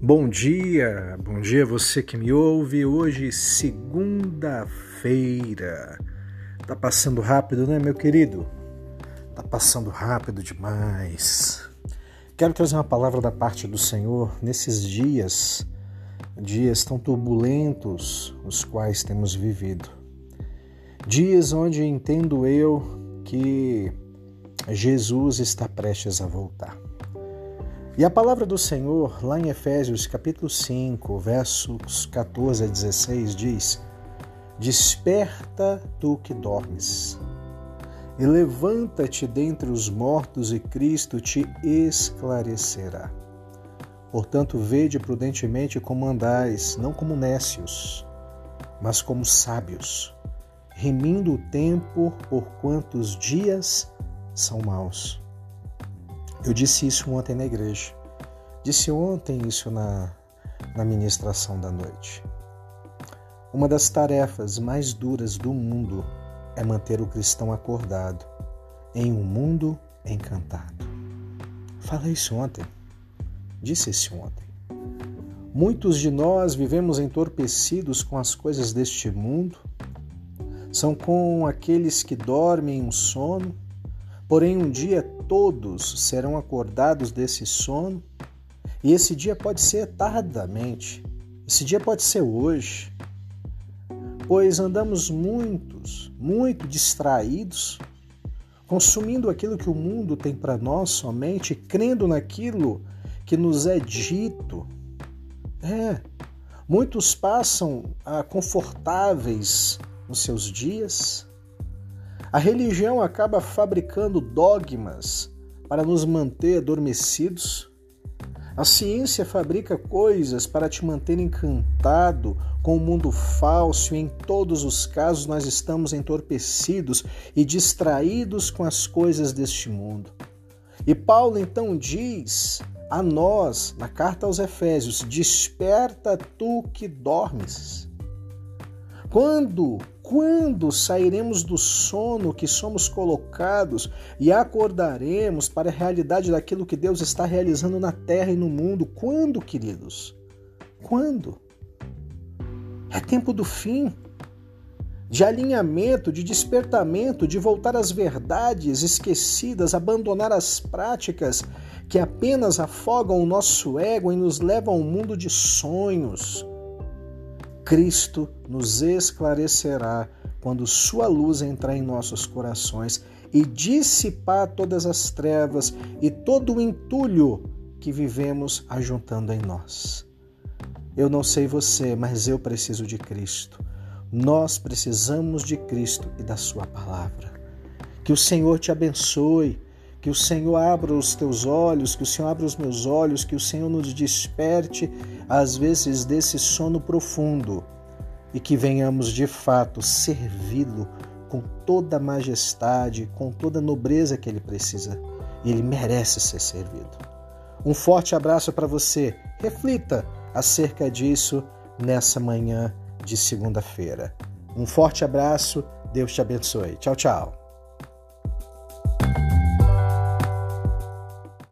Bom dia você que me ouve. Hoje, segunda-feira. Tá passando rápido, né, meu querido? Tá passando rápido demais. Quero trazer uma palavra da parte do Senhor nesses dias tão turbulentos os quais temos vivido. Dias onde entendo eu que Jesus está prestes a voltar. E a palavra do Senhor, lá em Efésios capítulo 5, versos 14 a 16, diz: Desperta tu que dormes, e levanta-te dentre os mortos, e Cristo te esclarecerá. Portanto, vede prudentemente como andais, não como nécios, mas como sábios, remindo o tempo, porquanto os dias são maus. Eu disse isso ontem na igreja. Disse ontem isso na ministração da noite. Uma das tarefas mais duras do mundo é manter o cristão acordado em um mundo encantado. Falei isso ontem. Disse isso ontem. Muitos de nós vivemos entorpecidos com as coisas deste mundo. São com aqueles que dormem um sono. Porém, um dia todos serão acordados desse sono, e esse dia pode ser tardamente, esse dia pode ser hoje, pois andamos muito distraídos, consumindo aquilo que o mundo tem para nós somente, crendo naquilo que nos é dito. Muitos passam confortáveis nos seus dias. A religião acaba fabricando dogmas para nos manter adormecidos. A ciência fabrica coisas para te manter encantado com o mundo falso, e em todos os casos nós estamos entorpecidos e distraídos com as coisas deste mundo. E Paulo então diz a nós, na carta aos Efésios: Desperta tu que dormes. Quando sairemos do sono que somos colocados e acordaremos para a realidade daquilo que Deus está realizando na terra e no mundo? Quando, queridos? Quando? É tempo do fim, de alinhamento, de despertamento, de voltar às verdades esquecidas, abandonar as práticas que apenas afogam o nosso ego e nos levam a um mundo de sonhos. Cristo nos esclarecerá quando sua luz entrar em nossos corações e dissipar todas as trevas e todo o entulho que vivemos ajuntando em nós. Eu não sei você, mas eu preciso de Cristo. Nós precisamos de Cristo e da sua palavra. Que o Senhor te abençoe, que o Senhor abra os teus olhos, que o Senhor abra os meus olhos, que o Senhor nos desperte, às vezes, desse sono profundo, e que venhamos, de fato, servi-lo com toda a majestade, com toda a nobreza que ele precisa. Ele merece ser servido. Um forte abraço para você. Reflita acerca disso nessa manhã de segunda-feira. Um forte abraço. Deus te abençoe. Tchau, tchau.